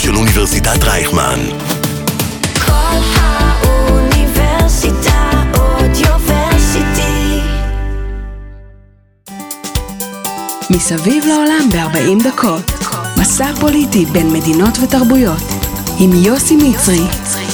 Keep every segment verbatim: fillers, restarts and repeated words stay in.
של אוניברסיטת רייכמן. כל האוניברסיטה אודיוורסיטי. מסביב לעולם ב-ארבעים דקות. מסע פוליטי בין מדינות ותרבויות. עם יוסי מצרי.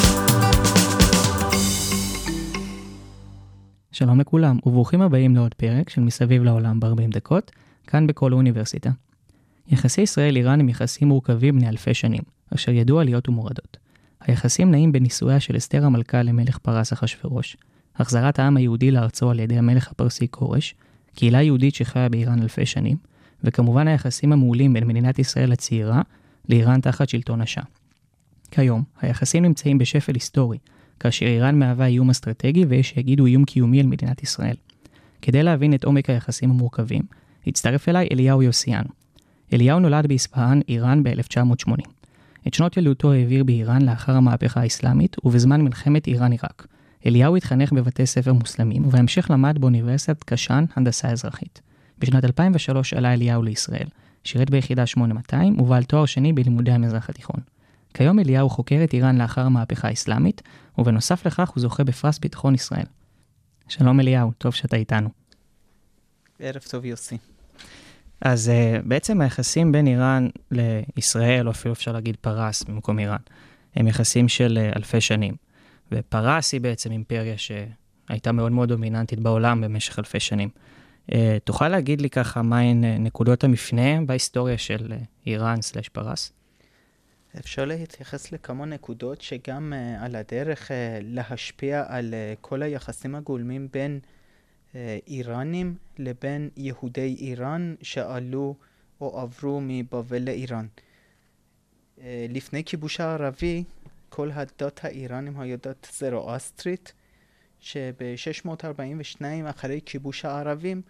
שלום לכולם, וברוכים הבאים לעוד פרק של מסביב לעולם ב-ארבעים דקות, כאן בכל האוניברסיטה. יחסי ישראל-איראן הם יחסים מורכבים בני אלפי שנים, אשר ידעו עליות ומורדות. היחסים נעים בנישואיה של אסתר המלכה למלך פרס אחשוורוש, החזרת העם היהודי לארצו על ידי המלך הפרסי כורש, קהילה יהודית שחיה באיראן אלפי שנים, וכמובן היחסים המעולים בין מדינת ישראל הצעירה לאיראן תחת שלטון השאה. כיום, היחסים נמצאים בשפל היסטורי, כאשר איראן מהווה איום אסטרטגי ויש שיגידו איום קיומי על מדינת ישראל. כדי להבין את עומק היחסים המורכבים, הצטרף אליי אליהו יוסיאן. אליהו נולד באספהאן, איראן ב-אלף תשע מאות שמונים. את שנות ילדותו העביר באיראן לאחר המהפכה האסלאמית ובזמן מלחמת איראן-עיראק. אליהו התחנך בבתי ספר מוסלמים ובהמשך למד באוניברסיטת קשאן הנדסה אזרחית. בשנת אלפיים ושלוש עלה אליהו לישראל, שירת ביחידה שמונה מאתיים ובעל תואר שני בלימודי המזרח התיכון. כיום אליהו חוקר את איראן לאחר המהפכה האסלאמית, ובנוסף לכך הוא זוכה בפרס ביטחון ישראל. שלום אליהו, טוב שאתה איתנו. ערב טוב יוסי. אז uh, בעצם היחסים בין איראן לישראל, או אפילו אפשר להגיד פרס במקום איראן, הם יחסים של uh, אלפי שנים. ופרס היא בעצם אימפריה שהייתה מאוד מאוד דומיננטית בעולם במשך אלפי שנים. Uh, תוכל להגיד לי ככה מהן uh, נקודות המפנה בהיסטוריה של uh, איראן סלש פרס? אפשר להתייחס לכמה נקודות שגם uh, על הדרך uh, להשפיע על uh, כל היחסים הגולמים בין uh, איראנים לבין יהודי איראן שעלו או עברו מבבל לאיראן. Uh, לפני כיבוש הערבי, כל הדת האיראנים היו דת זרואסטרית, שב-שש מאות ארבעים ושתיים אחרי כיבוש הערבים,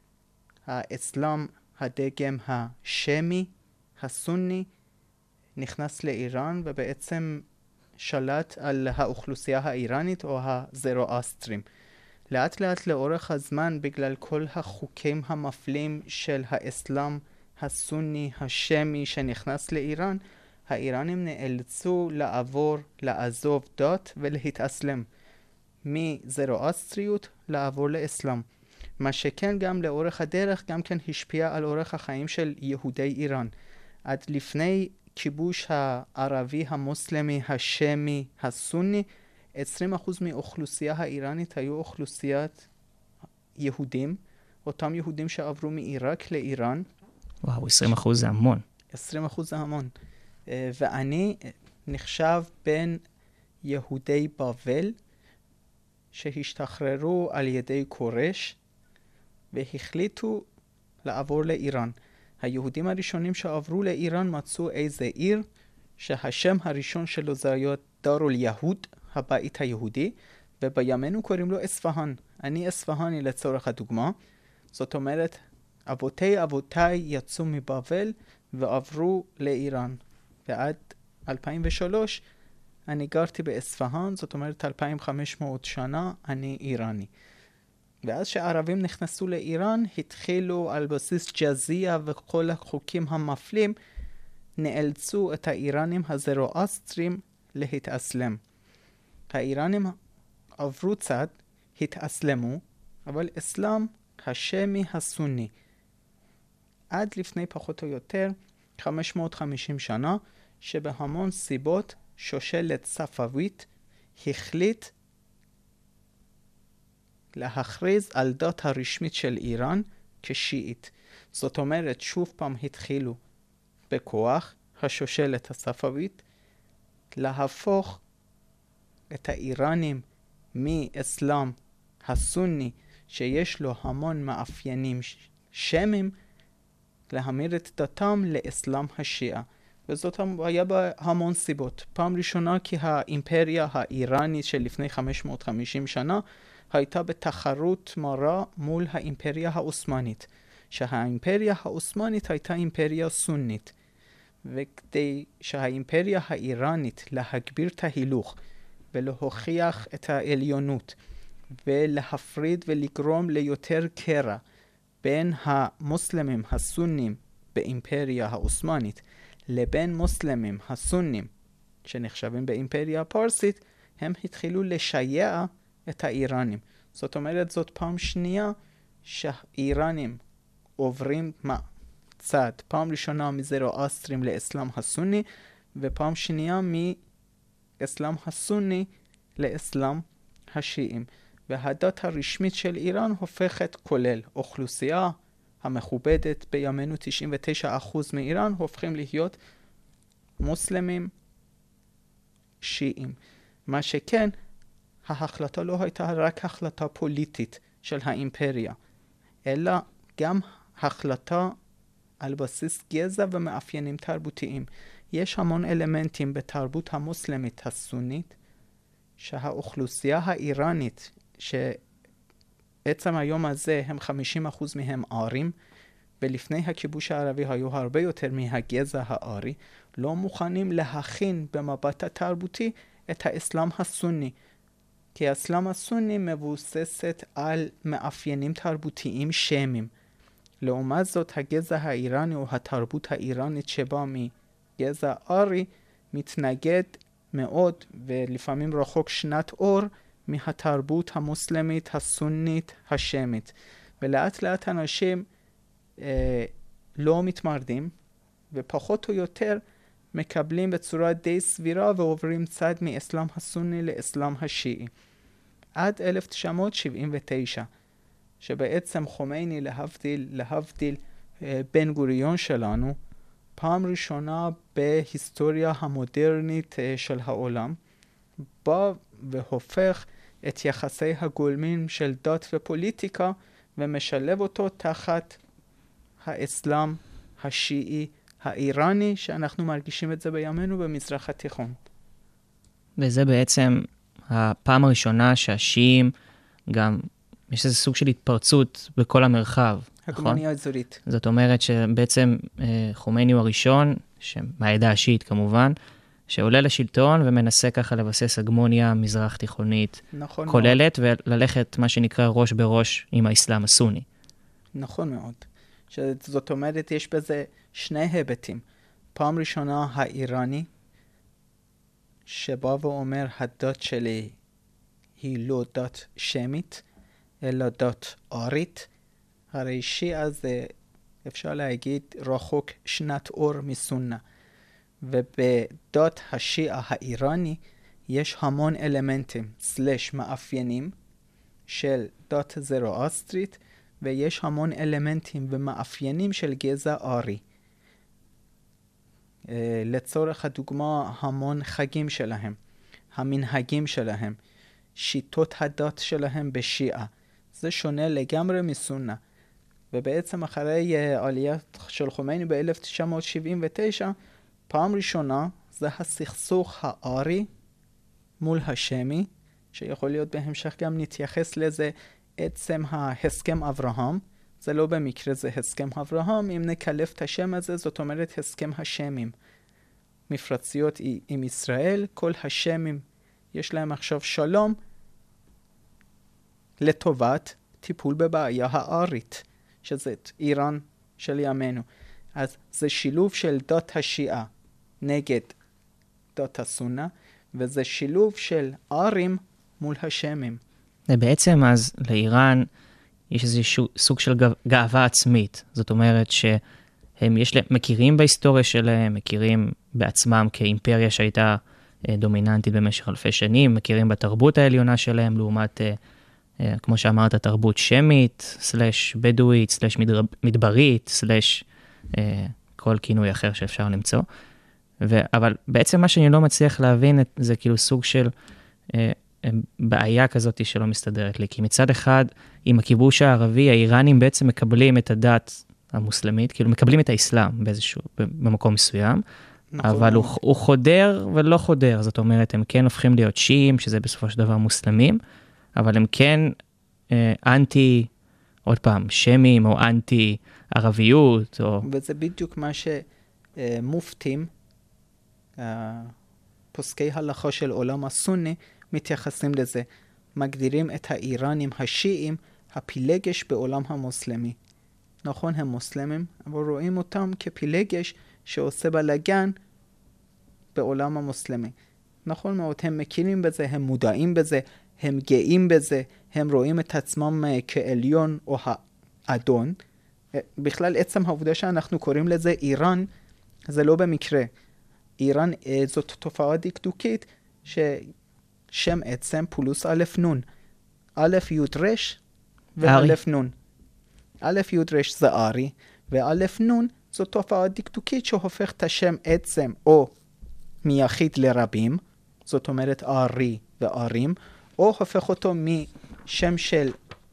האסלאם, הדגם השמי, הסוני, נכנס לאיראן ובעצם שלט על האוכלוסייה האיראנית או הזרואסטרים. לאט לאט לאורך הזמן, בגלל כל החוקים המפלים של האסלאם הסוני השמי שנכנס לאיראן, האיראנים נאלצו לעבור, לעזוב דת ולהתאסלם. מזרואסטריות לעבור לאסלאם. מה שכן גם לאורך הדרך גם כן השפיע על אורח החיים של יהודי איראן. עד לפני כיבוש הערבי המוסלמי השמי הסוני, עשרים אחוז מאוכלוסייה האיראנית היו אוכלוסיית יהודים, אותם יהודים שעברו מעיראק לאיראן. וואו, עשרים אחוז זה המון. עשרים אחוז זה המון. ואני נחשב בין יהודי בבל שהשתחררו על ידי כורש והחליטו לעבור לאיראן. היהודים הראשונים שעברו לאיראן מצאו איזה עיר שהשם הראשון שלו זה היה דארול יהוד, הבית היהודי, ובימינו קוראים לו אספהאן. אני אספהאני לצורך הדוגמה. זאת אומרת, אבותי אבותיי יצאו מבבל ועברו לאיראן. ועד אלפיים ושלוש אני גרתי באספהאן, זאת אומרת אלפיים וחמש מאות שנה אני איראני. ואז שהערבים נכנסו לאיראן, התחילו על בסיס ג'זיה וכל החוקים המפלים, נאלצו את האיראנים הזרואסטרים להתאסלם. האיראנים עברו צד, התאסלמו, אבל אסלאם השמי הסוני. עד לפני פחות או יותר חמש מאות וחמישים שנה, שבהמון סיבות שושלת ספאווית החליט להכריז על דת הרשמית של איראן כשיעית. זאת אומרת, שוב פעם התחילו בכוח השושלת הספאווית להפוך את האיראנים מאסלאם הסוני שיש לו המון מאפיינים שמים, להמיר את דתם לאסלאם השיעה. וזאת היה בה המון סיבות. פעם ראשונה כי האימפריה האיראנית של לפני חמש מאות וחמישים שנה הייתה בתחרות מרה מול האימפריה האוסמנית. שהאימפריה האוסמנית הייתה אימפריה סונית. וכדי שהאימפריה האיראנית להגביר את ההילוך ולהוכיח את העליונות ולהפריד ולגרום ליותר קרע בין המוסלמים הסונים באימפריה האוסמנית לבין מוסלמים הסונים שנחשבים באימפריה הפרסית, הם התחילו לשייע את האיראנים. זאת אומרת, זאת פעם שנייה שהאיראנים עוברים צד. פעם ראשונה מזרואסטרים לאסלאם הסוני, ופעם שנייה מאסלאם הסוני לאסלאם השיעים. והדת הרשמית של איראן הופכת, כולל אוכלוסייה המכובדת בימינו, תשעים ותשעה אחוז מאיראן הופכים להיות מוסלמים שיעים. מה שכן, ההחלטה לא הייתה רק החלטה פוליטית של האימפריה, אלא גם החלטה על בסיס גזע ומאפיינים תרבותיים. יש המון אלמנטים בתרבות המוסלמית הסונית, שהאוכלוסייה האיראנית, שעצם היום הזה הם חמישים אחוז מהם ארים, ולפני הכיבוש הערבי היו הרבה יותר מהגזע הארי, לא מוכנים להכין במבט התרבותי את האסלאם הסוני. כי האסלאם הסוני מבוססת על מאפיינים תרבותיים שמיים. לעומת זאת, הגזע האיראני או התרבות האיראנית שבא מגזע ארי מתנגד מאוד ולפעמים רחוק שנת אור מהתרבות המוסלמית הסונית השמית. ולאט לאט אנשים אה, לא מתמרדים ופחות או יותר מקבלים בצורה די סבירה ועוברים צד מאסלאם הסוני לאסלאם השיעי. עד אלף תשע מאות שבעים ותשע, שבעצם חומייני להבדיל, להבדיל אה, בן גוריון שלנו, פעם ראשונה בהיסטוריה המודרנית אה, של העולם, בא והופך את יחסי הגולמין של דת ופוליטיקה ומשלב אותו תחת האסלאם השיעי האיראני, שאנחנו מרגישים את זה בימינו במזרח התיכון. וזה בעצם הפעם הראשונה שהשיעים גם, יש איזה סוג של התפרצות בכל המרחב. הגמוניה האזורית. זאת אומרת שבעצם חומייני הוא הראשון, מהעדה השיעית כמובן, שעולה לשלטון ומנסה ככה לבסס הגמוניה מזרח תיכונית נכון כוללת, מאוד. וללכת מה שנקרא ראש בראש עם האסלאם הסוני. נכון מאוד. זאת אומרת, יש בזה שני היבטים. פעם ראשונה האיראני, שבא ואומר, הדת שלי היא לא דת שמית, אלא דת ארית. הרי שיעה זה, אפשר להגיד, רחוק שנת אור מסונה. ובדת השיעה האיראני יש המון אלמנטים, סלש מאפיינים, של דת זרואסטרית, ויש המון אלמנטים ומאפיינים של גזע ארי. לצורך הדוגמה, המון חגים שלהם, המנהגים שלהם, שיטות הדת שלהם בשיעה. זה שונה לגמרי מסונה. ובעצם אחרי עלייה של חומייני ב-אלף תשע מאות שבעים ותשע, פעם ראשונה זה הסכסוך הארי מול השמי, שיכול להיות בהמשך גם נתייחס לזה עצם ההסכם אברהם. זה לא במקרה, זה הסכם אברהם. אם נקלף את השם הזה, זאת אומרת הסכם השמים. מפרציות עם ישראל, כל השמים יש להם עכשיו שלום לטובת טיפול בבעיה הארית, שזה איראן של ימינו. אז זה שילוב של דת השיעה נגד דת הסונה, וזה שילוב של ארים מול השמים. ובעצם אז לאיראן יש איזשהו סוג של גאווה עצמית. זאת אומרת שהם יש להם, מכירים בהיסטוריה שלהם, מכירים בעצמם כאימפריה שהייתה דומיננטית במשך אלפי שנים, מכירים בתרבות העליונה שלהם, לעומת, כמו שאמרת, תרבות שמית, סלש בדואית, סלש מדברית, סלש כל כינוי אחר שאפשר למצוא. ו, אבל בעצם מה שאני לא מצליח להבין זה כאילו סוג של בעיה כזאת שלא מסתדרת לי. כי מצד אחד, עם הכיבוש הערבי, האיראנים בעצם מקבלים את הדת המוסלמית, כאילו מקבלים את האסלאם באיזשהו, במקום מסוים, נכון. אבל הוא, הוא חודר ולא חודר. זאת אומרת, הם כן הופכים להיות שיעים, שזה בסופו של דבר מוסלמים, אבל הם כן אה, אנטי, עוד פעם, שמים או אנטי ערביות. או... וזה בדיוק מה שמופתים, אה, פוסקי הלכה של עולם הסוני, מתייחסים לזה. מגדירים את האיראנים השיעים הפילגש בעולם המוסלמי. נכון, הם מוסלמים, אבל רואים אותם כפילגש שעושה בלגן בעולם המוסלמי. נכון מאוד, הם מכירים בזה, הם מודעים בזה, הם גאים בזה, הם רואים את עצמם כעליון או האדון. בכלל עצם העובדה שאנחנו קוראים לזה איראן, זה לא במקרה. איראן זאת תופעה דקדוקית ששם עצם פלוס א' נון. א' י' ר' וא' נון. א' י' ר' זה ארי, וא' נון זאת תופעה דקדוקית שהופך את השם עצם או מיחיד לרבים, זאת אומרת ארי וארים, או הופך אותו משם של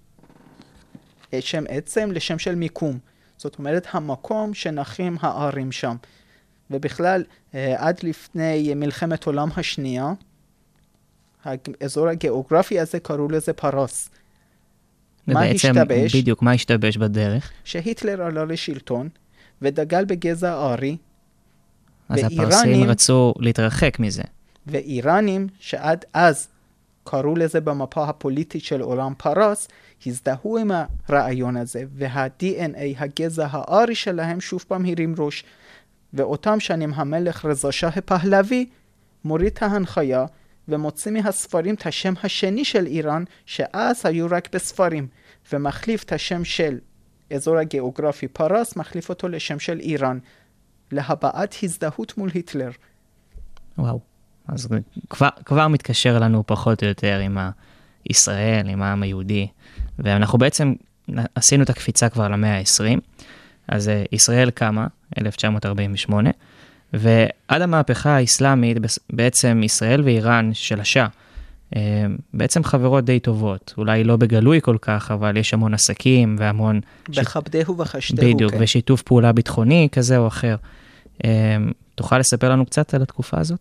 שם עצם לשם של מיקום. זאת אומרת המקום שנחים הארים שם. ובכלל עד לפני מלחמת עולם השנייה, האזור הגיאוגרפי הזה קראו לזה פרס. מה השתבש? בדיוק, מה השתבש בדרך? שהיטלר עלה לשלטון ודגל בגזע הארי. אז הפרסים רצו להתרחק מזה. ואיראנים שעד אז קראו לזה במפה הפוליטית של עולם פרס, הזדהו עם הרעיון הזה, וה-די אן איי, הגזע הארי שלהם, שוב פעם הרים ראש. ואותם שנים המלך רזה שאה פהלוי מוריד ההנחיה ומוציא מהספרים את השם השני של איראן, שאז היו רק בספרים, ומחליף את השם של אזור הגיאוגרפי פרס, מחליף אותו לשם של איראן, להבעת הזדהות מול היטלר. וואו, אז כבר, כבר מתקשר לנו פחות או יותר עם ישראל, עם העם היהודי, ואנחנו בעצם עשינו את הקפיצה כבר למאה ה-עשרים, אז ישראל קמה, אלף תשע מאות ארבעים ושמונה, ועד המהפכה האסלאמית, בעצם ישראל ואיראן של השאה, בעצם חברות די טובות, אולי לא בגלוי כל כך, אבל יש המון עסקים והמון... בכבדהו וחשדהו. בדיוק, כן. ושיתוף פעולה ביטחוני כזה או אחר. תוכל לספר לנו קצת על התקופה הזאת?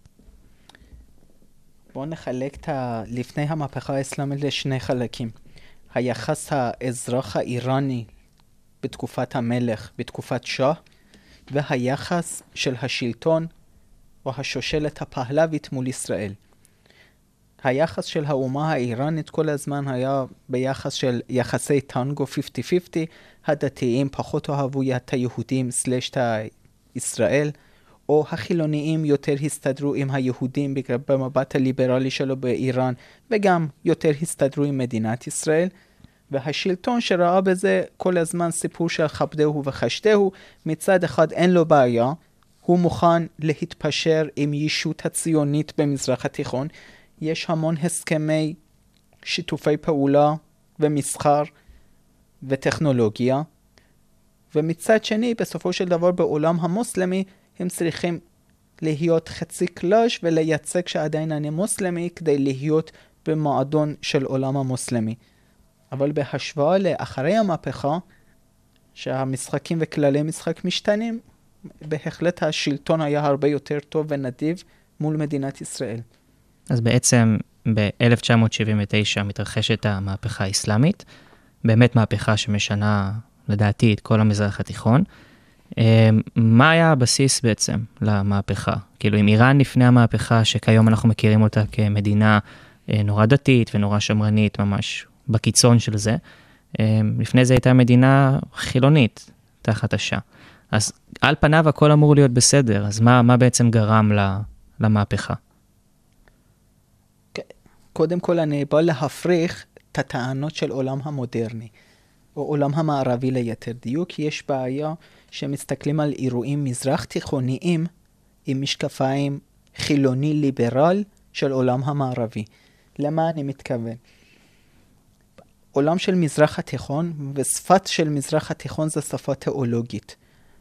בואו נחלק את ה... לפני המהפכה האסלאמית לשני חלקים. היחס האזרח האיראני בתקופת המלך, בתקופת שאה, והיחס של השלטון או השושלת הפהלווית מול ישראל. היחס של האומה האיראנית כל הזמן היה ביחס של יחסי טנגו חמישים חמישים, הדתיים פחות אוהבו את היהודים סלש את ישראל, או החילוניים יותר הסתדרו עם היהודים במבט הליברלי שלו באיראן, וגם יותר הסתדרו עם מדינת ישראל. והשלטון שראה בזה כל הזמן סיפור של כבדהו וחשדהו, מצד אחד אין לו בעיה, הוא מוכן להתפשר עם ישות הציונית במזרח התיכון, יש המון הסכמי שיתופי פעולה ומסחר וטכנולוגיה, ומצד שני בסופו של דבר בעולם המוסלמי הם צריכים להיות חצי קלאש ולייצג שעדיין אני מוסלמי כדי להיות במועדון של עולם המוסלמי. אבל בהשוואה לאחרי המהפכה, שהמשחקים וכללי משחק משתנים, בהחלט השלטון היה הרבה יותר טוב ונדיב מול מדינת ישראל. אז בעצם ב-אלף תשע מאות שבעים ותשע מתרחשת המהפכה האסלאמית, באמת מהפכה שמשנה לדעתי את כל המזרח התיכון. מה היה הבסיס בעצם למהפכה? כאילו עם איראן לפני המהפכה, שכיום אנחנו מכירים אותה כמדינה נורא דתית ונורא שמרנית, ממש בקיצון של זה, לפני זה הייתה מדינה חילונית תחת השאה. אז על פניו הכל אמור להיות בסדר, אז מה, מה בעצם גרם למהפכה? קודם כל אני בא להפריך את הטענות של עולם המודרני, או עולם המערבי ליתר דיוק. יש בעיה שמסתכלים על אירועים מזרח תיכוניים עם משקפיים חילוני ליברל של עולם המערבי. למה אני מתכוון? עולם של מזרח התיכון ושפת של מזרח התיכון זה שפה תיאולוגית.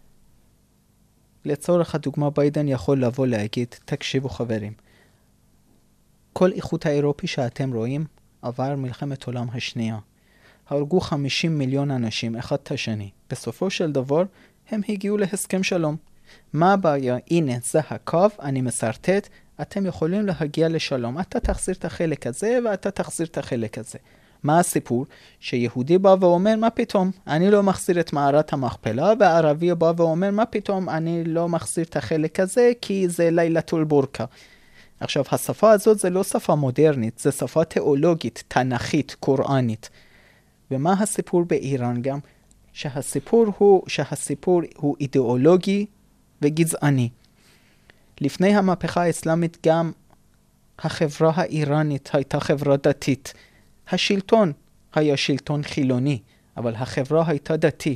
לצורך הדוגמה ביידן יכול לבוא להגיד, תקשיבו חברים, כל איחוד האירופי שאתם רואים עבר מלחמת עולם השנייה. הרגו חמישים מיליון אנשים אחד את השני. בסופו של דבר הם הגיעו להסכם שלום. מה הבעיה? הנה זה הקו, אני מסרטט, אתם יכולים להגיע לשלום. אתה תחזיר את החלק הזה ואתה תחזיר את החלק הזה. מה הסיפור? שיהודי בא ואומר מה פתאום? אני לא מחזיר את מערת המכפלה, והערבי בא ואומר מה פתאום? אני לא מחזיר את החלק הזה כי זה לילתול בורקה. עכשיו השפה הזאת זה לא שפה מודרנית, זה שפה תיאולוגית, תנכית, קוראנית. ומה הסיפור באיראן גם? שהסיפור הוא, שהסיפור הוא אידיאולוגי וגזעני. לפני המהפכה האסלאמית גם החברה האיראנית הייתה חברה דתית. השלטון היה שלטון חילוני, אבל החברה הייתה דתי.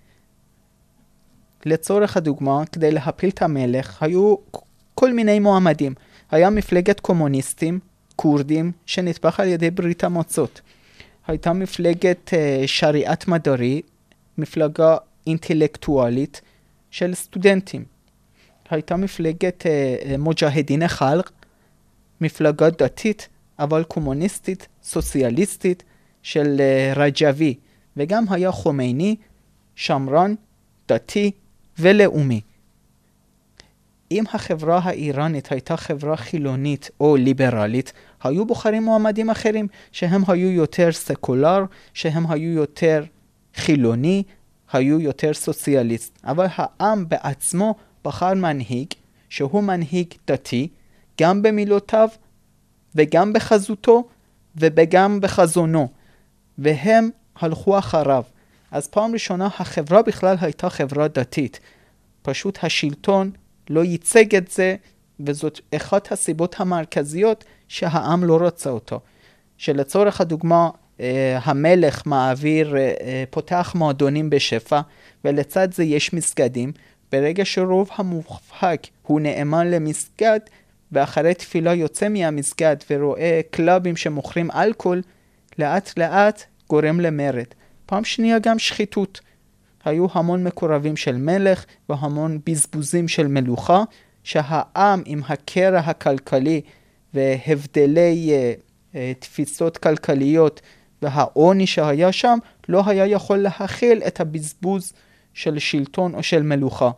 לצורך הדוגמה, כדי להפיל את המלך, היו כל מיני מועמדים. היה מפלגת קומוניסטים, קורדים, שנטבח על ידי ברית המועצות. הייתה מפלגת uh, שריעת מדרי, מפלגה אינטלקטואלית של סטודנטים. הייתה מפלגת uh, מוג'הדין חלק, מפלגה דתית, אבל קומוניסטית, סוציאליסטית של uh, רג'בי. וגם היה חומייני, שמרן, דתי ולאומי. אם החברה האיראנית הייתה חברה חילונית או ליברלית, היו בוחרים מועמדים אחרים שהם היו יותר סקולר, שהם היו יותר חילוני, היו יותר סוציאליסט. אבל העם בעצמו בחר מנהיג שהוא מנהיג דתי, גם במילותיו וגם בחזותו וגם בחזונו, והם הלכו אחריו. אז פעם ראשונה החברה בכלל הייתה חברה דתית. פשוט השלטון לא ייצג את זה, וזאת אחת הסיבות המרכזיות שהעם לא רצה אותו. שלצורך הדוגמה, המלך מעביר, פותח מועדונים בשפע, ולצד זה יש מסגדים. ברגע שרוב המובהק הוא נאמן למסגד, ואחרי תפילה יוצא מהמסגד ורואה קלאבים שמוכרים אלכוהול, לאט לאט גורם למרד. פעם שנייה גם שחיתות. היו המון מקורבים של מלך והמון בזבוזים של מלוכה, שהעם עם הקרע הכלכלי והבדלי uh, uh, תפיסות כלכליות והעוני שהיה שם, לא היה יכול להכיל את הבזבוז של שלטון או של מלוכה.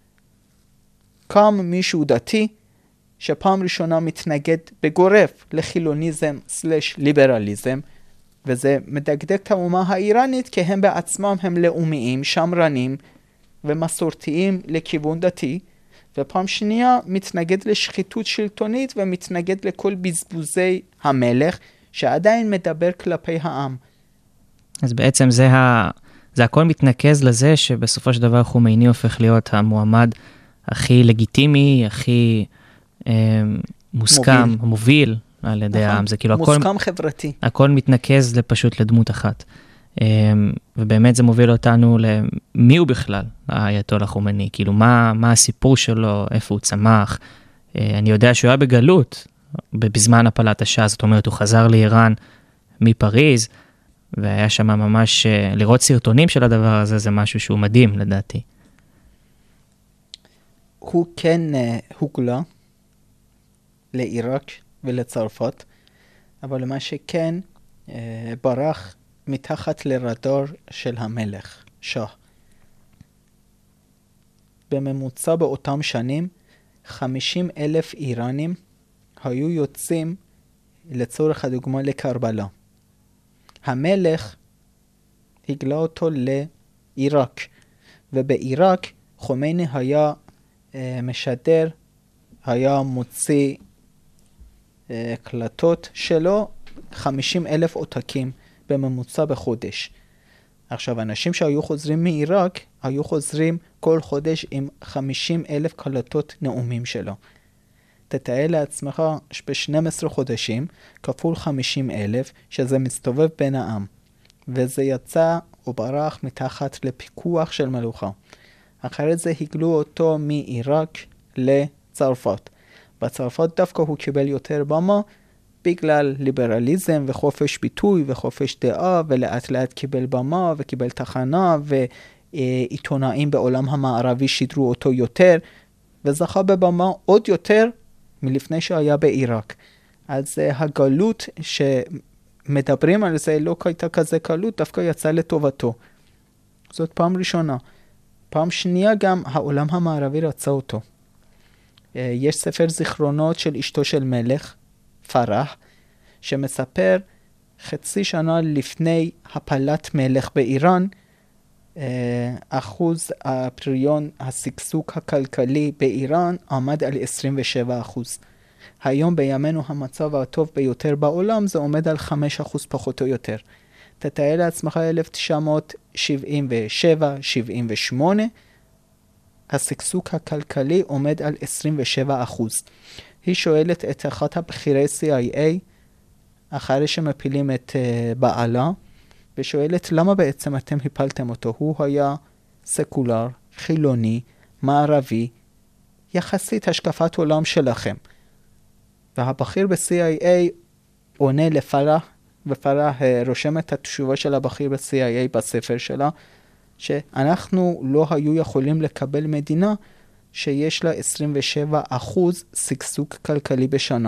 קם מישהו דתי שפעם ראשונה מתנגד בגורף לחילוניזם סלש ליברליזם, וזה מדגדג את האומה האיראנית, כי הם בעצמם הם לאומיים, שמרנים ומסורתיים לכיוון דתי, ופעם שנייה מתנגד לשחיתות שלטונית ומתנגד לכל בזבוזי המלך, שעדיין מדבר כלפי העם. אז בעצם זה, ה... זה הכל מתנקז לזה שבסופו של דבר חומייני הופך להיות המועמד הכי לגיטימי, הכי אה, מוסכם, מוביל. המוביל על ידי נכון. העם. זה כאילו מוסכם הכל, חברתי. הכל מתנקז פשוט לדמות אחת. אה, ובאמת זה מוביל אותנו למי הוא בכלל, האייתוללה חומייני. כאילו מה, מה הסיפור שלו, איפה הוא צמח. אה, אני יודע שהוא היה בגלות בזמן הפלת השעה, זאת אומרת הוא חזר לאיראן מפריז, והיה שם ממש, לראות סרטונים של הדבר הזה, זה משהו שהוא מדהים לדעתי. הוא כן הוגלה לעיראק ולצרפת, אבל מה שכן ברח מתחת לרדאר של המלך, שאה. בממוצע באותם שנים, חמישים אלף איראנים היו יוצאים לצורך הדוגמה לקרבלה. המלך הגלה אותו לעיראק, ובעיראק חומייני היה אה, משדר, היה מוציא אה, קלטות שלו, חמישים אלף עותקים בממוצע בחודש. עכשיו, אנשים שהיו חוזרים מעיראק, היו חוזרים כל חודש עם חמישים אלף קלטות נאומים שלו. תתאר לעצמך ב-שנים עשר חודשים, כפול חמישים אלף, שזה מסתובב בין העם. וזה יצא וברח מתחת לפיקוח של מלוכה. אחרי זה הגלו אותו מעיראק לצרפת. בצרפת דווקא הוא קיבל יותר במה, בגלל ליברליזם וחופש ביטוי וחופש דעה, ולאט לאט קיבל במה וקיבל תחנה, ועיתונאים בעולם המערבי שידרו אותו יותר, וזכה בבמה עוד יותר מלפני שהיה בעיראק. אז הגלות שמדברים על זה לא הייתה כזה קלות, דווקא יצא לטובתו. זאת פעם ראשונה. פעם שנייה גם העולם המערבי רצה אותו. יש ספר זיכרונות של אשתו של מלך, פרח, שמספר חצי שנה לפני הפלת מלך באיראן, אחוז הפריון, הסגסוג הכלכלי באיראן עמד על עשרים ושבעה אחוז. היום בימינו המצב הטוב ביותר בעולם זה עומד על חמישה אחוז פחות או יותר. תתאר לעצמך אלף תשע מאות שבעים ושבע שבעים ושמונה, הסכסוך הכלכלי עומד על עשרים ושבעה אחוז. היא שואלת את אחת הבכירי סי איי איי, אחרי שמפילים את uh, בעלה, ושואלת למה בעצם אתם הפלתם אותו. הוא היה סקולר, חילוני, מערבי, יחסית השקפת עולם שלכם. והבכיר ב-סי איי איי עונה לפרח, ופרח uh, רושם את התשובה של הבכיר ב-סי איי איי בספר שלה, שאנחנו לא היו יכולים לקבל מדינה שיש לה עשרים ושבעה אחוז סכסוך כלכלי בשנה.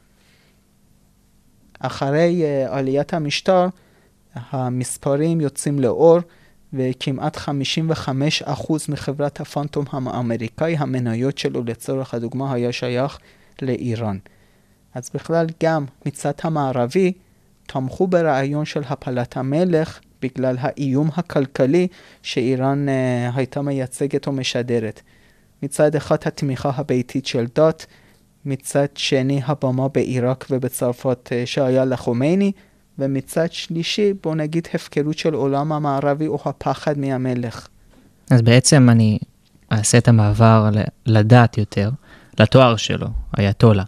אחרי uh, עליית המשטר, המספרים יוצאים לאור, וכמעט חמישים וחמישה אחוז מחברת הפנטום האמריקאי, המניות שלו לצורך הדוגמה היה שייך לאיראן. אז בכלל גם מצד המערבי תמכו ברעיון של הפלת המלך בגלל האיום הכלכלי שאיראן uh, הייתה מייצגת או משדרת. מצד אחד התמיכה הביתית של דת, מצד שני הבמה בעיראק ובצרפת uh, שהיה לחומייני, ומצד שלישי בוא נגיד הפקרות של עולם המערבי או הפחד מהמלך. אז בעצם אני אעשה את המעבר לדת יותר, לתואר שלו, אייתולה.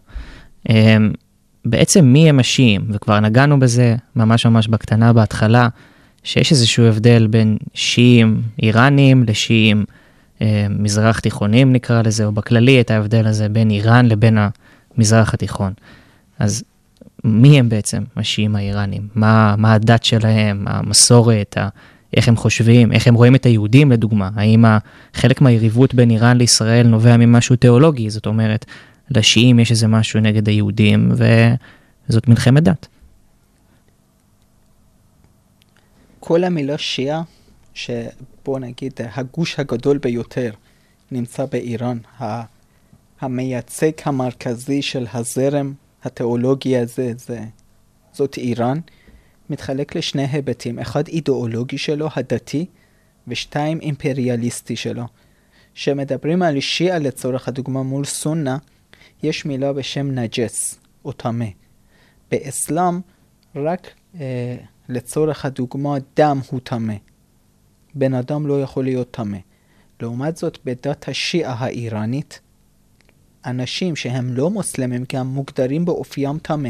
בעצם מי הם השיעים, וכבר נגענו בזה ממש ממש בקטנה בהתחלה, שיש איזשהו הבדל בין שיעים איראנים לשיעים מזרח תיכונים נקרא לזה, או בכללי את ההבדל הזה בין איראן לבין המזרח התיכון. אז מי הם בעצם השיעים האיראנים? מה, מה הדת שלהם, המסורת, ה, איך הם חושבים, איך הם רואים את היהודים לדוגמה? האם חלק מהיריבות בין איראן לישראל נובע ממשהו תיאולוגי? זאת אומרת, לשיעים יש איזה משהו נגד היהודים, וזאת מלחמת דת. כל המילה שיעה, שבוא נגיד הגוש הגדול ביותר, נמצא באיראן. המייצג המרכזי של הזרם התיאולוגי הזה, זה, זאת איראן, מתחלק לשני היבטים. אחד אידיאולוגי שלו, הדתי, ושתיים אימפריאליסטי שלו. שמדברים על שיעה לצורך הדוגמה מול סונה, יש מילה בשם נג'ס, או טמא. באסלאם, רק אה, לצורך הדוגמה דם הוא טמא. בן אדם לא יכול להיות טמא. לעומת זאת, בדת השיעה האיראנית, אנשים שהם לא מוסלמים גם מוגדרים באופיים טמא.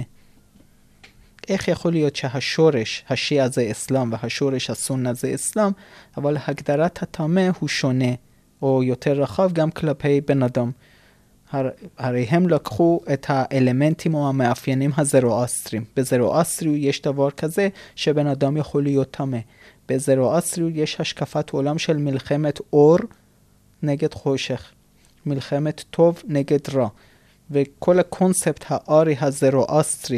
איך יכול להיות שהשורש השיעה זה אסלאם והשורש הסונה זה אסלאם, אבל הגדרת הטמא הוא שונה, או יותר רחב גם כלפי בן אדם. הר, הרי הם לקחו את האלמנטים או המאפיינים הזרואסטרים. בזרואסטריות יש דבר כזה שבן אדם יכול להיות טמא. בזרואסטריות יש השקפת עולם של מלחמת אור נגד חושך. מלחמת טוב נגד רע. וכל הקונספט הארי הזרואסטרי,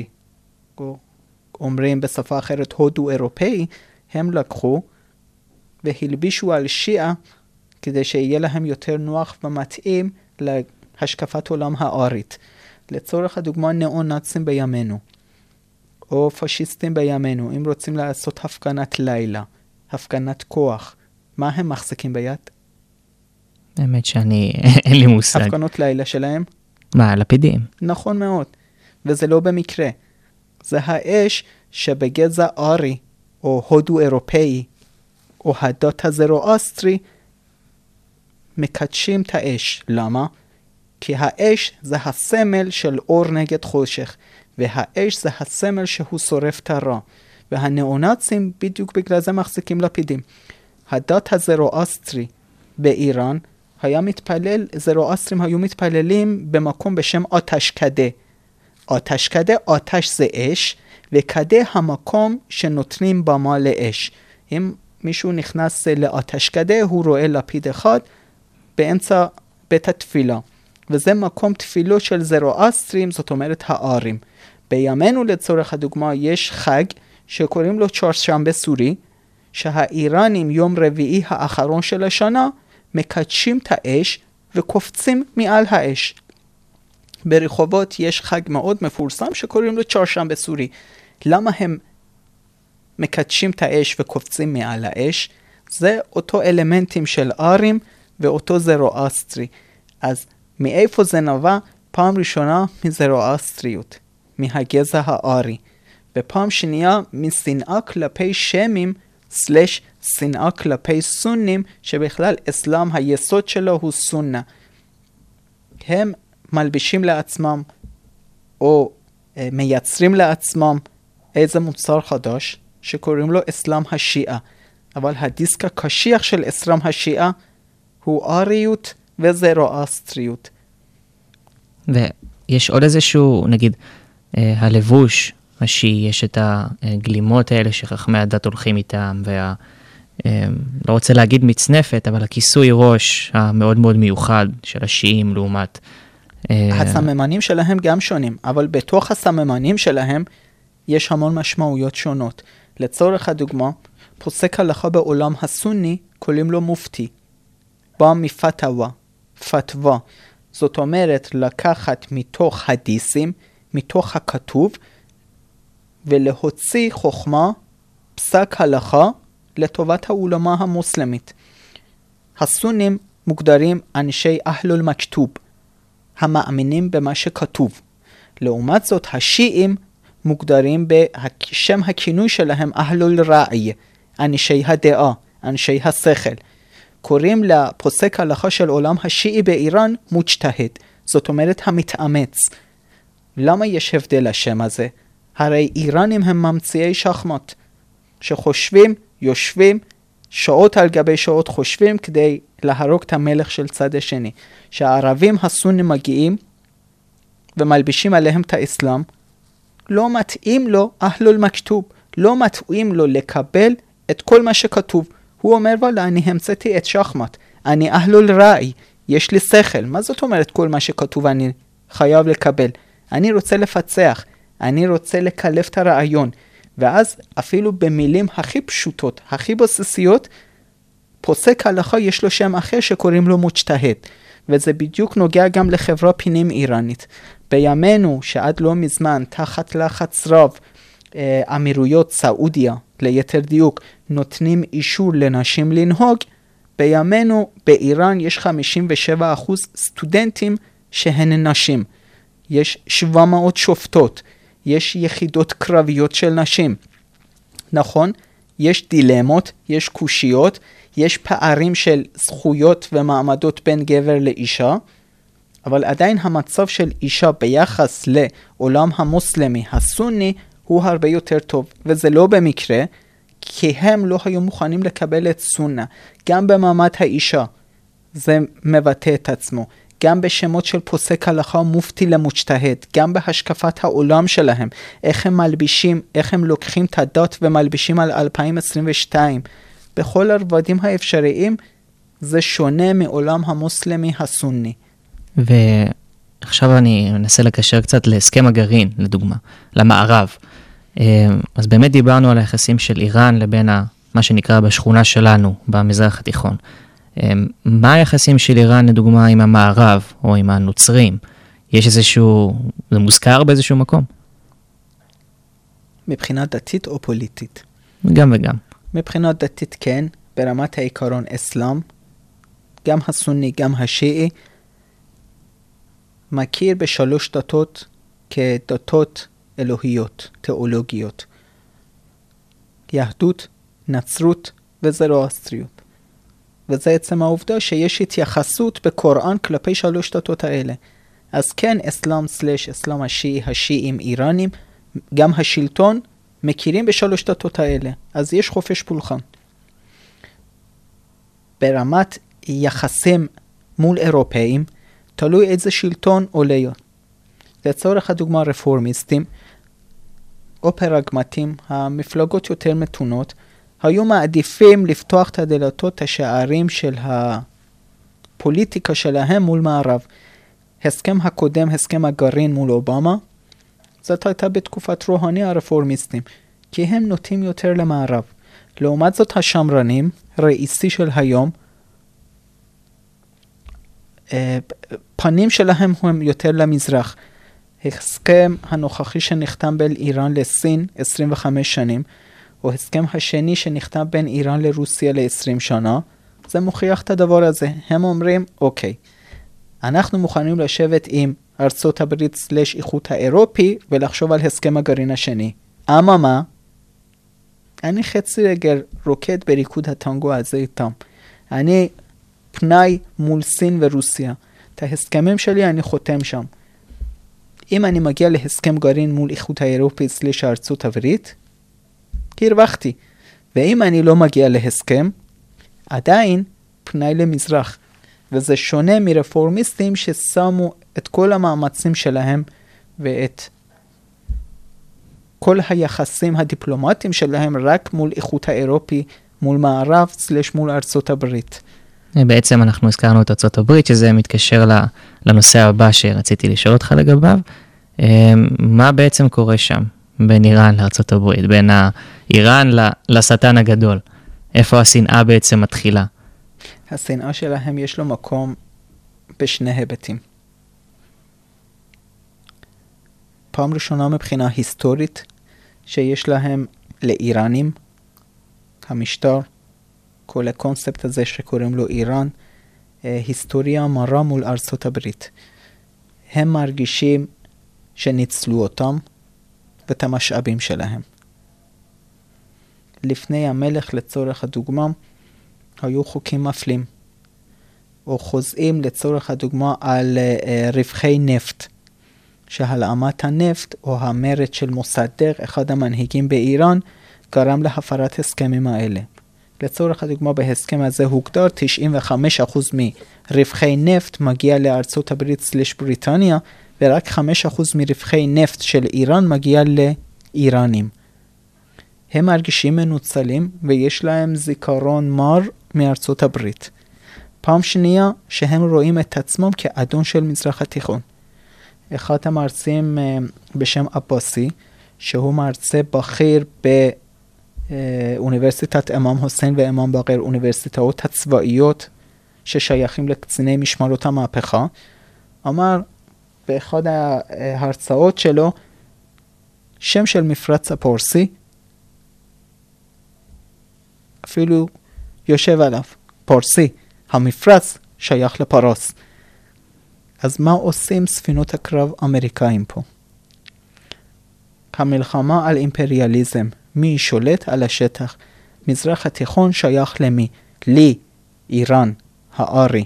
אומרים בשפה אחרת הודו אירופאי, הם לקחו והלבישו על שיעה כדי שיהיה להם יותר נוח ומתאים להשקפת עולם הארית. לצורך הדוגמה נאו-נאצים בימינו, או פשיסטים בימינו, אם רוצים לעשות הפגנת לילה, הפגנת כוח, מה הם מחזיקים ביד? האמת שאני, אין לי מושג. הפגנות לילה שלהם? מה, לפידים? נכון מאוד, וזה לא במקרה. זה האש שבגזע ארי, או הודו אירופאי, או הדת הזרואסטרי, מקדשים את האש. למה? כי האש זה הסמל של אור נגד חושך, והאש זה הסמל שהוא שורף את הרע. והנאו-נאצים בדיוק בגלל זה מחזיקים לפידים. הדת הזרואסטרי באיראן היה מתפלל, זרואסטרים היו מתפללים במקום בשם אתש קדה. אתש קדה, אתש זה אש, וקדה המקום שנותנים במה לאש. אם מישהו נכנס לאתש קדה, הוא רואה לפיד אחד באמצע בית התפילה. וזה מקום תפילות של זרואסטרים, זאת אומרת הארים. בימינו לצורך הדוגמה יש חג שקוראים לו צ'הרשנבה סורי, שהאיראנים יום רביעי האחרון של השנה מקדשים את האש וקופצים מעל האש. ברחובות יש חג מאוד מפורסם שקוראים לו צ'הרשנבה סורי. למה הם מקדשים את האש וקופצים מעל האש? זה אותו אלמנטים של ארים ואותו זרואסטרי. אז מאיפה זה נבע? פעם ראשונה מזרואסטריות, מהגזע הארי. ופעם שנייה משנאה כלפי שמים סלש שנאה כלפי סונים, שבכלל אסלאם היסוד שלו הוא סונה. הם מלבישים לעצמם או אה, מייצרים לעצמם איזה מוצר חדש שקוראים לו אסלאם השיעה. אבל הדיסק הקשיח של אסלאם השיעה הוא אריות וזרואסטריות. ויש עוד איזשהו, נגיד, אה, הלבוש השיעי, יש את הגלימות האלה שחכמי הדת הולכים איתם, וה... לא רוצה להגיד מצנפת, אבל הכיסוי ראש המאוד מאוד מיוחד של השיעים לעומת... הסממנים שלהם גם שונים, אבל בתוך הסממנים שלהם יש המון משמעויות שונות. לצורך הדוגמה, פוסק הלכה בעולם הסוני קוראים לו מופתי. בא מפתווה, פתווה. זאת אומרת לקחת מתוך הדיסים, מתוך הכתוב, ולהוציא חוכמה, פסק הלכה, לטובת העולמה המוסלמית. הסונים מוגדרים אנשי אהלול מכתוב, המאמינים במה שכתוב. לעומת זאת, השיעים מוגדרים בשם הכינוי שלהם אהלול ראי, אנשי הדעה, אנשי השכל. קוראים לפוסק הלכה של עולם השיעי באיראן מוג'תהד, זאת אומרת המתאמץ. למה יש הבדל השם הזה? הרי איראנים הם ממציאי שחמט, שחושבים, יושבים, שעות על גבי שעות חושבים כדי להרוג את המלך של צד השני. שהערבים הסונים מגיעים ומלבישים עליהם את האסלאם, לא מתאים לו אהלול מכתוב, לא מתאים לו לקבל את כל מה שכתוב. הוא אומר, וואלה, אני המצאתי את שחמט, אני אהלול ראי, יש לי שכל. מה זאת אומרת כל מה שכתוב אני חייב לקבל? אני רוצה לפצח, אני רוצה לקלף את הרעיון. ואז אפילו במילים הכי פשוטות, הכי בסיסיות, פוסק הלכה יש לו שם אחר שקוראים לו מוג'תהד. וזה בדיוק נוגע גם לחברה פנים איראנית. בימינו שעד לא מזמן תחת לחץ רב, אמירויות סעודיה ליתר דיוק נותנים אישור לנשים לנהוג, בימינו באיראן יש חמישים ושבעה אחוז סטודנטים שהן נשים. יש שבע מאות שופטות, יש יחידות קרביות של נשים. נכון, יש דילמות, יש קושיות, יש פערים של זכויות ומעמדות בין גבר לאישה, אבל עדיין המצב של אישה ביחס לעולם המוסלמי הסוני הוא הרבה יותר טוב, וזה לא במקרה, כי הם לא היו מוכנים לקבל את סונה. גם במעמד האישה זה מבטא את עצמו, גם בשמות של פוסק הלכה מופתי למוג'תהד, גם בהשקפת העולם שלהם, איך הם מלבישים, איך הם לוקחים את הדת ומלבישים על אלפיים עשרים ושתיים. בכל הרבדים האפשריים זה שונה מעולם המוסלמי הסוני. ועכשיו אני אנסה לקשר קצת להסכם הגרעין, לדוגמה, למערב. אז באמת דיברנו על היחסים של איראן לבין מה שנקרא בשכונה שלנו, במזרח התיכון. מה היחסים של איראן, לדוגמה, עם המערב או עם הנוצרים? יש איזשהו, זה מוזכר באיזשהו מקום? מבחינה דתית או פוליטית? גם וגם. מבחינה דתית כן, ברמת העיקרון אסלאם, גם הסוני, גם השיעי, מכיר בשלוש דתות כדתות אלוהיות, תיאולוגיות. יהדות, נצרות וזרואסטריות. וזה עצם העובדה שיש התייחסות בקוראן כלפי שלוש דתות האלה. אז כן, אסלאם סלש אסלאם השיעי, השיעים איראנים, גם השלטון מכירים בשלוש דתות האלה. אז יש חופש פולחן. ברמת יחסים מול אירופאים, תלוי איזה שלטון עולה. לצורך הדוגמה רפורמיסטים או פרגמטים, המפלגות יותר מתונות, היו מעדיפים לפתוח את הדלתות, השערים של הפוליטיקה שלהם מול מערב. הסכם הקודם, הסכם הגרעין מול אובמה, זאת הייתה בתקופת רוהני הרפורמיסטים, כי הם נוטים יותר למערב. לעומת זאת השמרנים, ראיסי של היום, פנים שלהם הם יותר למזרח. הסכם הנוכחי שנחתם בין איראן לסין עשרים וחמש שנים, או הסכם השני שנחתם בין איראן לרוסיה ל-עשרים שנה, זה מוכיח את הדבר הזה. הם אומרים, אוקיי, אנחנו מוכנים לשבת עם ארצות הברית סלש איחוד האירופי ולחשוב על הסכם הגרעין השני. אממה, אני חצי רגל רוקד בריקוד הטנגו הזה איתם. אני פנאי מול סין ורוסיה. את ההסכמים שלי אני חותם שם. אם אני מגיע להסכם גרעין מול איחוד האירופי סליש ארצות הברית, כי הרווחתי. ואם אני לא מגיע להסכם, עדיין פנאי למזרח. וזה שונה מרפורמיסטים ששמו את כל המאמצים שלהם ואת כל היחסים הדיפלומטיים שלהם רק מול איחוד האירופי, מול מערב סלש מול ארצות הברית. בעצם אנחנו הזכרנו את ארצות הברית, שזה מתקשר לנושא הבא שרציתי לשאול אותך לגביו. מה בעצם קורה שם בין איראן לארצות הברית, בין איראן לשטן הגדול? איפה השנאה בעצם מתחילה? השנאה שלהם יש לו מקום בשני היבטים. פעם ראשונה מבחינה היסטורית, שיש להם לאיראנים, המשטר, כל הקונספט הזה שקוראים לו איראן, היסטוריה מרה מול ארצות הברית. הם מרגישים שניצלו אותם ואת המשאבים שלהם. לפני המלך לצורך הדוגמה, היו חוקים מפלים, או חוזים לצורך הדוגמה על רווחי נפט, שהלאמת הנפט או המרד של מוסדק, אחד המנהיגים באיראן, גרם להפרת הסכמים האלה. לצורך הדוגמה בהסכם הזה הוגדר תשעים וחמישה אחוז מרווחי נפט מגיע לארצות הברית סלש בריטניה, ורק חמישה אחוז מרווחי נפט של איראן מגיע לאיראנים. הם מרגישים מנוצלים ויש להם זיכרון מר מארצות הברית. פעם שנייה שהם רואים את עצמם כאדון של מזרח התיכון. אחד המרצים בשם אבאסי, שהוא מרצה בכיר באוניברסיטת אמאם חוסיין ואמאם בגיר, אוניברסיטאות הצבאיות ששייכים לקציני משמרות המהפכה, אמר באחד ההרצאות שלו, שם של מפרץ הפרסי, אפילו יושב עליו, פרסי, המפרץ שייך לפרס. אז מה עושים ספינות הקרב אמריקאים פה? המלחמה על אימפריאליזם, מי שולט על השטח? מזרח התיכון שייך למי? לי, איראן, הארי,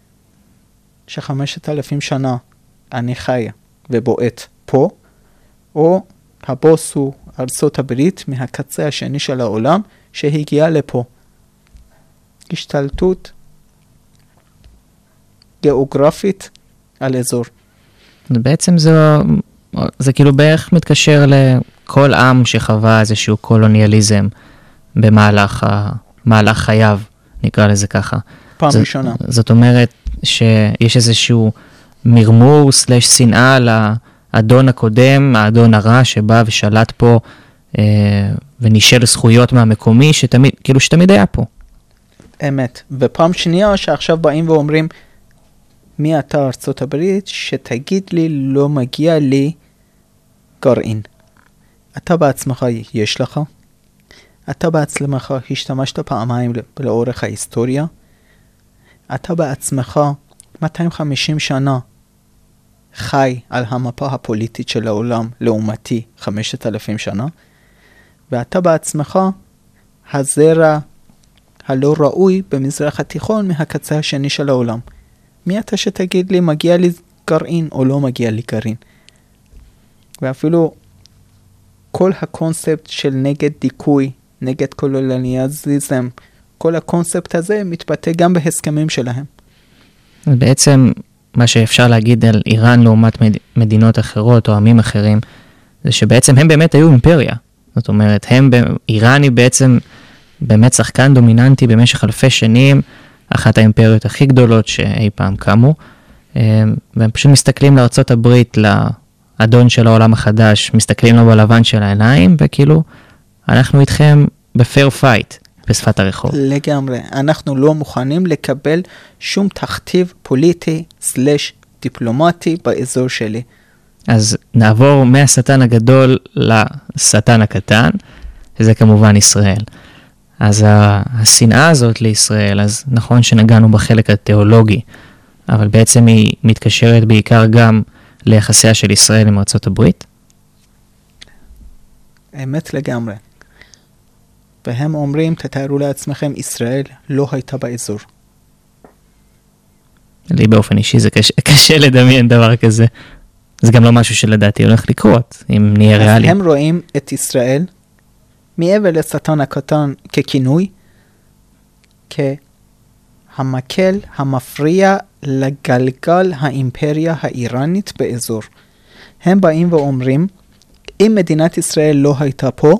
שחמשת אלפים שנה אני חיה ובועט פה, או הבוס הוא ארצות הברית מהקצה השני של העולם שהגיע לפה. השתלטות גיאוגרפית על אזור. בעצם זה, זה כאילו בערך מתקשר לכל עם שחווה איזשהו קולוניאליזם במהלך מהלך חייו, נקרא לזה ככה. פעם זאת, ראשונה. זאת אומרת שיש איזשהו מרמור סלש שנאה לאדון הקודם, האדון הרע שבא ושלט פה אה, ונישל זכויות מהמקומי שתמיד, כאילו שתמיד היה פה. אמת. ופעם שנייה שעכשיו באים ואומרים, מי אתה ארצות הברית שתגיד לי לא מגיע לי גרעין. אתה בעצמך יש לך. אתה בעצמך השתמשת פעמיים לאורך ההיסטוריה. אתה בעצמך מאתיים וחמישים שנה חי על המפה הפוליטית של העולם לעומתי חמשת אלפים שנה. ואתה בעצמך הזרע הלא ראוי במזרח התיכון מהקצה השני של העולם. מי אתה שתגיד לי מגיע לי גרעין או לא מגיע לי גרעין? ואפילו כל הקונספט של נגד דיכוי, נגד קולוניאליזם, כל הקונספט הזה מתבטא גם בהסכמים שלהם. בעצם מה שאפשר להגיד על איראן לעומת מדינות אחרות או עמים אחרים, זה שבעצם הם באמת היו אימפריה. זאת אומרת, הם, איראן היא בעצם באמת שחקן דומיננטי במשך אלפי שנים, אחת האימפריות הכי גדולות שאי פעם קמו, והם פשוט מסתכלים לארצות הברית, לאדון של העולם החדש, מסתכלים לו בלבן של העיניים, וכאילו, אנחנו איתכם בפייר פייט, בשפת הרחוב. לגמרי, אנחנו לא מוכנים לקבל שום תכתיב פוליטי סלש דיפלומטי באזור שלי. אז נעבור מהשטן הגדול לשטן הקטן, שזה כמובן ישראל. אז השנאה הזאת לישראל, אז נכון שנגענו בחלק התיאולוגי, אבל בעצם היא מתקשרת בעיקר גם ליחסיה של ישראל עם ארצות הברית? אמת לגמרי. והם אומרים, תתארו לעצמכם, ישראל לא הייתה באזור. לי באופן אישי זה קשה, קשה לדמיין דבר כזה. זה גם לא משהו שלדעתי הולך לקרות, אם נהיה ריאלי. הם רואים את ישראל, מעבר לשטן הקטן ככינוי, כהמקל המפריע לגלגל האימפריה האיראנית באזור. הם באים ואומרים, אם מדינת ישראל לא הייתה פה,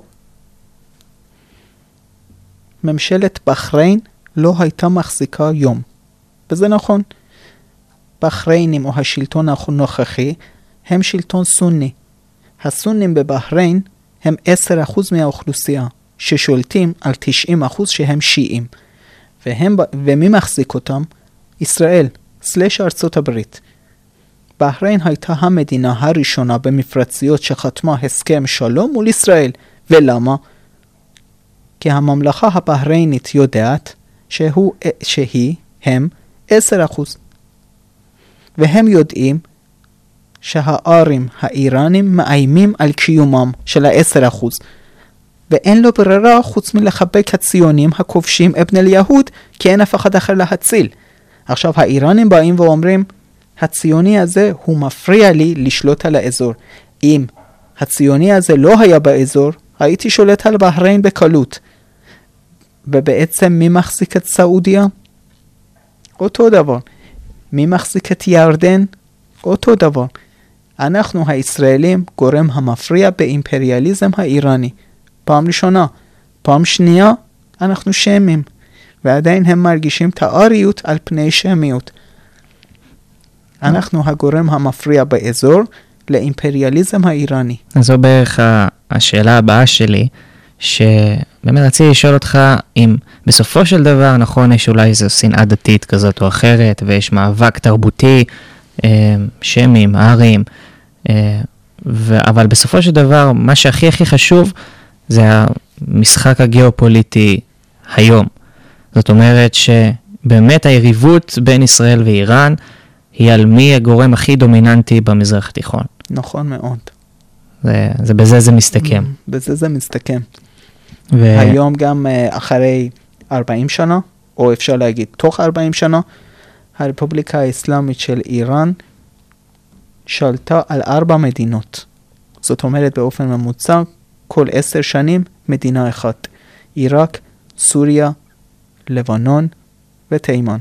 ממשלת בחריין לא הייתה מחזיקה יום. וזה נכון. בחריינים או השלטון הנוכחי הם שלטון סוני. הסונים בבחריין הם עשרה אחוז מהאוכלוסייה, ששולטים על תשעים אחוז שהם שיעים. והם, ומי מחזיק אותם? ישראל, סלש ארצות הברית. בחריין הייתה המדינה הראשונה במפרציות שחתמה הסכם שלום מול ישראל. ולמה? כי הממלכה הבחריינית יודעת שהוא, שהיא, הם, עשרה אחוז. והם יודעים שהארים האיראנים מאיימים על קיומם של ה-עשרה אחוז. ואין לו ברירה חוץ מלחבק הציונים הכובשים אבן אל-יהוד, כי אין אף אחד אחר להציל. עכשיו האיראנים באים ואומרים, הציוני הזה הוא מפריע לי לשלוט על האזור. אם הציוני הזה לא היה באזור, הייתי שולט על בחריין בקלות. ובעצם מי מחזיק את סעודיה? אותו דבר. מי מחזיק את ירדן? אותו דבר. אנחנו הישראלים גורם המפריע באימפריאליזם האיראני. פעם ראשונה. פעם שנייה, אנחנו שמים. ועדיין הם מרגישים את האריות על פני שמיות. אנחנו הגורם המפריע באזור לאימפריאליזם האיראני. אז זו בערך השאלה הבאה שלי, שבאמת רציתי לשאול אותך אם בסופו של דבר, נכון, יש אולי איזו שנאה דתית כזאת או אחרת, ויש מאבק תרבותי, שמים, ערים, אבל בסופו של דבר, מה שהכי הכי חשוב, זה המשחק הגיאופוליטי היום. זאת אומרת שבאמת היריבות בין ישראל ואיראן, היא על מי הגורם הכי דומיננטי במזרח התיכון. נכון מאוד. זה, זה בזה זה מסתכם. בזה זה מסתכם. ו... היום גם אחרי ארבעים שנה, או אפשר להגיד תוך ארבעים שנה, הרפובליקה האסלאמית של איראן שלטה על ארבע מדינות. זאת אומרת באופן ממוצע, כל עשר שנים מדינה אחת. עיראק, סוריה, לבנון ותימן.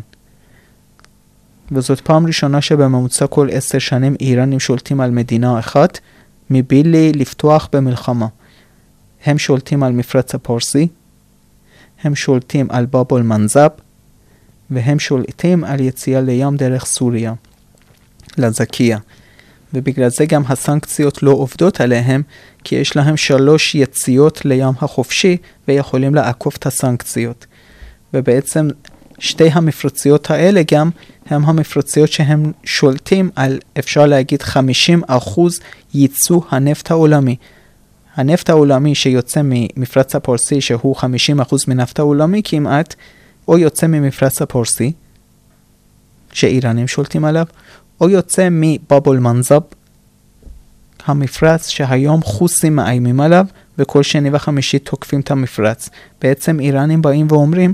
וזאת פעם ראשונה שבממוצע כל עשר שנים איראנים שולטים על מדינה אחת, מבלי לפתוח במלחמה. הם שולטים על מפרץ הפרסי, הם שולטים על באב אל-מנדב, והם שולטים על יציאה לים דרך סוריה, לזקיה. ובגלל זה גם הסנקציות לא עובדות עליהם, כי יש להם שלוש יציאות לים החופשי, ויכולים לעקוף את הסנקציות. ובעצם שתי המפרציות האלה גם הם המפרציות שהם שולטים על, אפשר להגיד, חמישים אחוז ייצוא הנפט העולמי. הנפט העולמי שיוצא ממפרץ הפרסי, שהוא חמישים אחוז מנפט העולמי כמעט, או יוצא ממפרץ הפרסי, שאיראנים שולטים עליו, או יוצא מבאב אל-מנדב, המפרץ שהיום חוסים מאיימים עליו, וכל שני וחמישי תוקפים את המפרץ. בעצם איראנים באים ואומרים,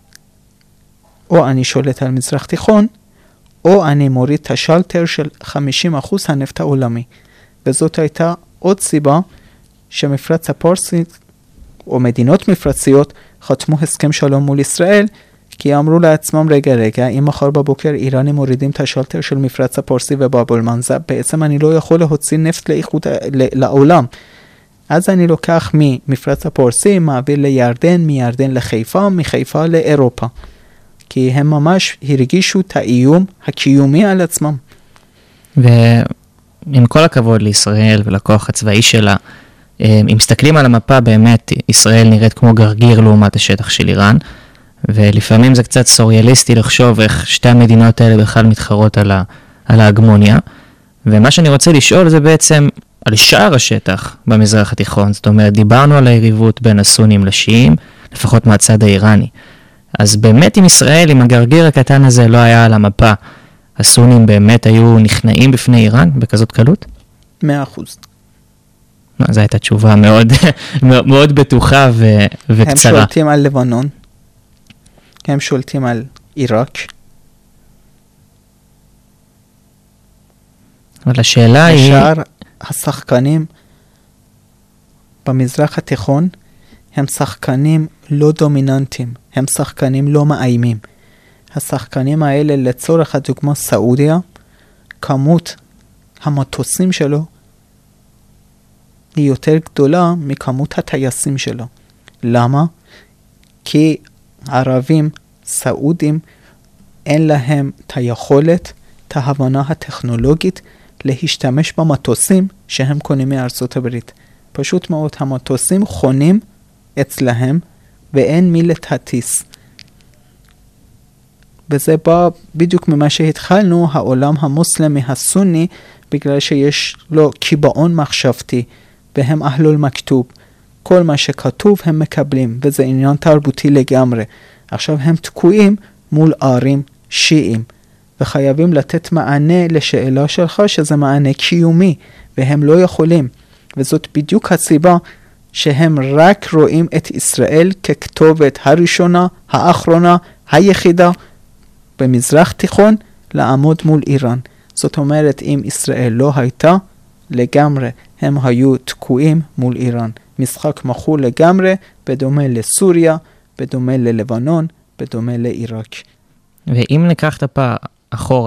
או אני שולט על מזרח תיכון, או אני מוריד את השלטר של חמישים אחוז הנפט העולמי. וזאת הייתה עוד סיבה שמפרץ הפרסי, או מדינות מפרציות, חתמו הסכם שלום מול ישראל, כי אמרו לעצמם, רגע רגע, אם מחר בבוקר איראנים מורידים את השלטר של מפרץ הפרסי ובאב אל-מנדב, בעצם אני לא יכול להוציא נפט לאיחוד, לעולם. אז אני לוקח ממפרץ הפרסי, מעביר לירדן, מירדן לחיפה, מחיפה לאירופה. כי הם ממש הרגישו את האיום הקיומי על עצמם. ועם כל הכבוד לישראל ולכוח הצבאי שלה, אם מסתכלים על המפה, באמת ישראל נראית כמו גרגיר לעומת השטח של איראן, ולפעמים זה קצת סוריאליסטי לחשוב איך שתי המדינות האלה בכלל מתחרות על, ה, על ההגמוניה. ומה שאני רוצה לשאול זה בעצם על שאר השטח במזרח התיכון. זאת אומרת, דיברנו על היריבות בין הסונים לשיעים, לפחות מהצד האיראני. אז באמת עם ישראל, עם הגרגיר הקטן הזה לא היה על המפה, הסונים באמת היו נכנעים בפני איראן בכזאת קלות? מאה אחוז. זו הייתה תשובה מאוד, מאוד בטוחה ו- וקצרה. הם שולטים על לבנון, הם שולטים על עיראק. אבל השאלה היא... שאר השחקנים במזרח התיכון הם שחקנים לא דומיננטיים, הם שחקנים לא מאיימים. השחקנים האלה, לצורך הדוגמה סעודיה, כמות המטוסים שלו היא יותר גדולה מכמות הטייסים שלו. למה? כי ערבים סעודים אין להם את היכולת, את ההבנה הטכנולוגית להשתמש במטוסים שהם קונים מארצות הברית. פשוט מאוד המטוסים חונים אצלהם ואין מי לטטיס. וזה בא בדיוק ממה שהתחלנו, העולם המוסלמי הסוני, בגלל שיש לו קיבעון מחשבתי, והם אהלול מכתוב. כל מה שכתוב הם מקבלים, וזה עניין תרבותי לגמרי. עכשיו הם תקועים מול ערים שיעים, וחייבים לתת מענה לשאלה שלך, שזה מענה קיומי, והם לא יכולים. וזאת בדיוק הסיבה שהם רק רואים את ישראל ככתובת הראשונה, האחרונה, היחידה, במזרח תיכון לעמוד מול איראן. זאת אומרת, אם ישראל לא הייתה, לגמרי הם היו תקועים מול איראן. משחק מכור לגמרי, בדומה לסוריה, בדומה ללבנון, בדומה לעיראק. ואם ניקח את הפעם אחורה,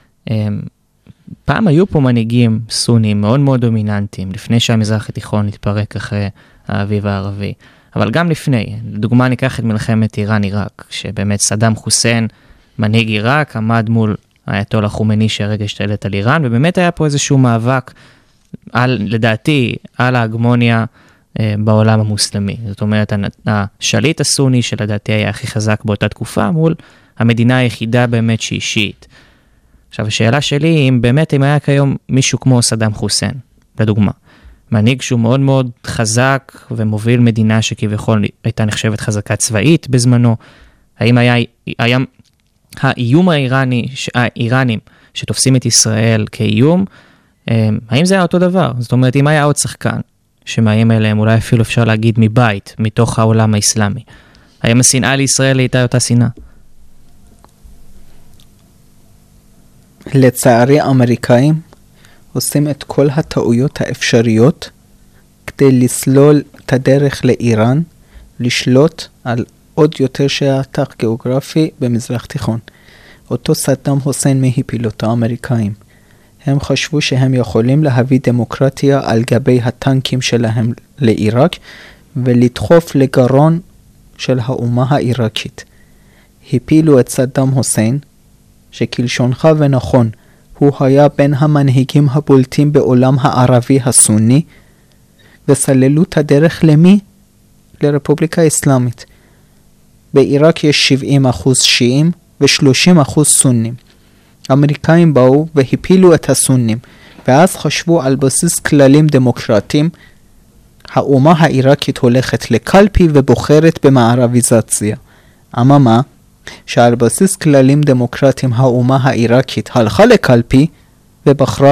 פעם היו פה מנהיגים סונים מאוד מאוד דומיננטיים, לפני שהמזרח התיכון התפרק אחרי האביב הערבי. אבל גם לפני, לדוגמה ניקח את מלחמת איראן-עיראק, שבאמת סדאם חוסיין, מנהיג עיראק, עמד מול האייתולה חומייני שהרגע השתלט על איראן, ובאמת היה פה איזשהו מאבק, על, לדעתי, על ההגמוניה אה, בעולם המוסלמי. זאת אומרת, השליט הסוני שלדעתי היה הכי חזק באותה תקופה, מול המדינה היחידה באמת שהיא שיעית. עכשיו, השאלה שלי היא, אם באמת אם היה כיום מישהו כמו סדאם חוסיין, לדוגמה, מנהיג שהוא מאוד מאוד חזק ומוביל מדינה שכביכול הייתה נחשבת חזקה צבאית בזמנו, האם היה, היה האיום האיראני, האיראנים שתופסים את ישראל כאיום, האם זה היה אותו דבר? זאת אומרת, אם היה עוד שחקן שמאיים אליהם, אולי אפילו אפשר להגיד מבית, מתוך העולם האסלאמי, האם השנאה לישראל הייתה אותה שנאה? לצערי האמריקאים עושים את כל הטעויות האפשריות כדי לסלול את הדרך לאיראן, לשלוט על עוד יותר שטח גיאוגרפי במזרח תיכון. אותו סדאם חוסיין מהפיל אותו האמריקאים. הם חשבו שהם יכולים להביא דמוקרטיה על גבי הטנקים שלהם לעיראק, ולדחוף לגרון של האומה העיראקית. הפילו את סדאם חוסיין, שכלשונך ונכון, הוא היה בין המנהיגים הבולטים בעולם הערבי הסוני, וסללו את הדרך למי? לרפובליקה האסלאמית. בעיראק יש שבעים אחוז שיעים ו-שלושים אחוז סונים. האמריקאים באו והפילו את הסונים, ואז חשבו על בסיס כללים דמוקרטיים, האומה העיראקית הולכת לקלפי ובוחרת במערביזציה. אממה, שעל בסיס כללים דמוקרטיים האומה העיראקית הלכה לקלפי ובחרה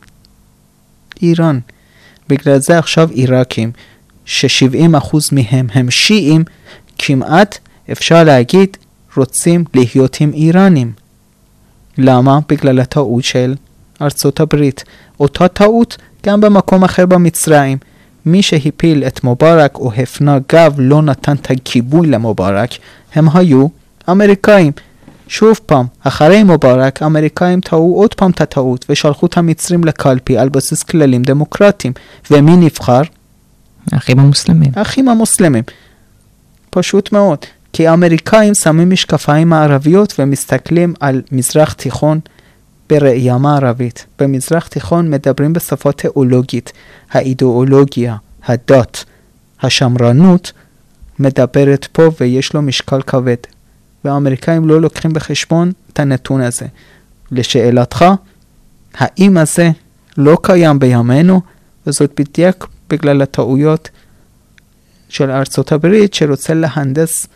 באיראן. בגלל זה עכשיו עיראקים, ש-שבעים אחוז מהם הם שיעים, כמעט אפשר להגיד רוצים להיות עם איראנים. למה? בגלל הטעות של ארצות הברית. אותה טעות גם במקום אחר במצרים. מי שהפיל את מובארק או הפנה גב לא נתן את הגיבוי למובארק, הם היו אמריקאים. שוב פעם, אחרי מובארק, אמריקאים טעו עוד פעם את הטעות ושלחו את המצרים לקלפי על בסיס כללים דמוקרטיים. ומי נבחר? האחים המוסלמים. האחים המוסלמים. פשוט מאוד. כי האמריקאים שמים משקפיים מערביות ומסתכלים על מזרח תיכון בראייה מערבית. במזרח תיכון מדברים בשפה תיאולוגית. האידיאולוגיה, הדת, השמרנות מדברת פה ויש לו משקל כבד. והאמריקאים לא לוקחים בחשבון את הנתון הזה. לשאלתך, האם הזה לא קיים בימינו, וזאת בדיוק בגלל הטעויות של ארצות הברית שרוצה להנדס,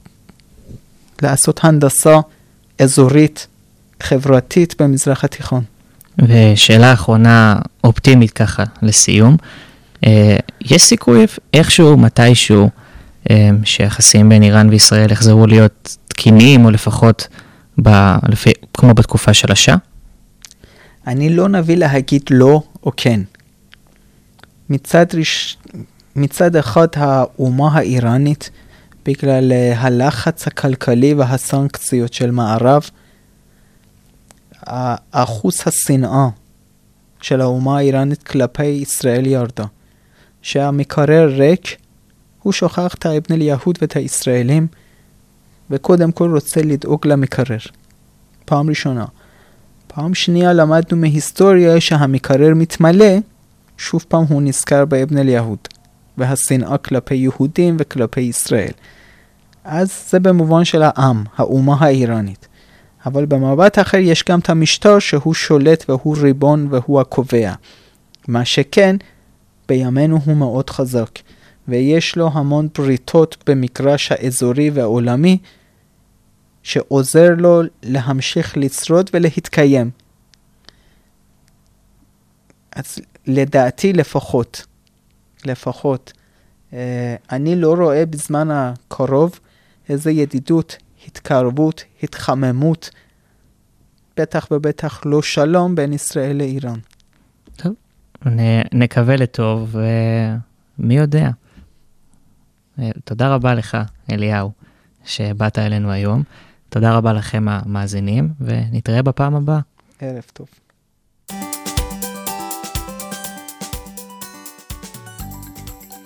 לעשות הנדסה אזורית, חברתית במזרח התיכון. ושאלה אחרונה אופטימית ככה לסיום, יש סיכוי איכשהו, מתישהו, שיחסים בין איראן וישראל יחזרו להיות תקינים, או לפחות ב, לפי, כמו בתקופה של השעה? אני לא נביא להגיד לא או כן. מצד, ראש... מצד אחד האומה האיראנית, בגלל הלחץ הכלכלי והסנקציות של מערב, האחוז השנאה של האומה האיראנית כלפי ישראל ירדה. שהמקרר ריק, הוא שוכח את האבן אל-יהוד ואת הישראלים, וקודם כל רוצה לדאוג למקרר. פעם ראשונה. פעם שנייה למדנו מהיסטוריה שהמקרר מתמלא, שוב פעם הוא נזכר באבן אל-יהוד, והשנאה כלפי יהודים וכלפי ישראל. אז זה במובן של העם, האומה האיראנית. אבל במבט אחר יש גם את המשטר שהוא שולט והוא ריבון והוא הקובע. מה שכן, בימינו הוא מאוד חזק, ויש לו המון בריתות במגרש האזורי והעולמי, שעוזר לו להמשיך לשרוד ולהתקיים. אז לדעתי לפחות, לפחות, אני לא רואה בזמן הקרוב איזה ידידות, התקרבות, התחממות, בטח ובטח לא שלום בין ישראל לאיראן. טוב, נקווה לטוב, ומי יודע. תודה רבה לך, אליהו, שבאת אלינו היום. תודה רבה לכם המאזינים, ונתראה בפעם הבאה. ערב טוב.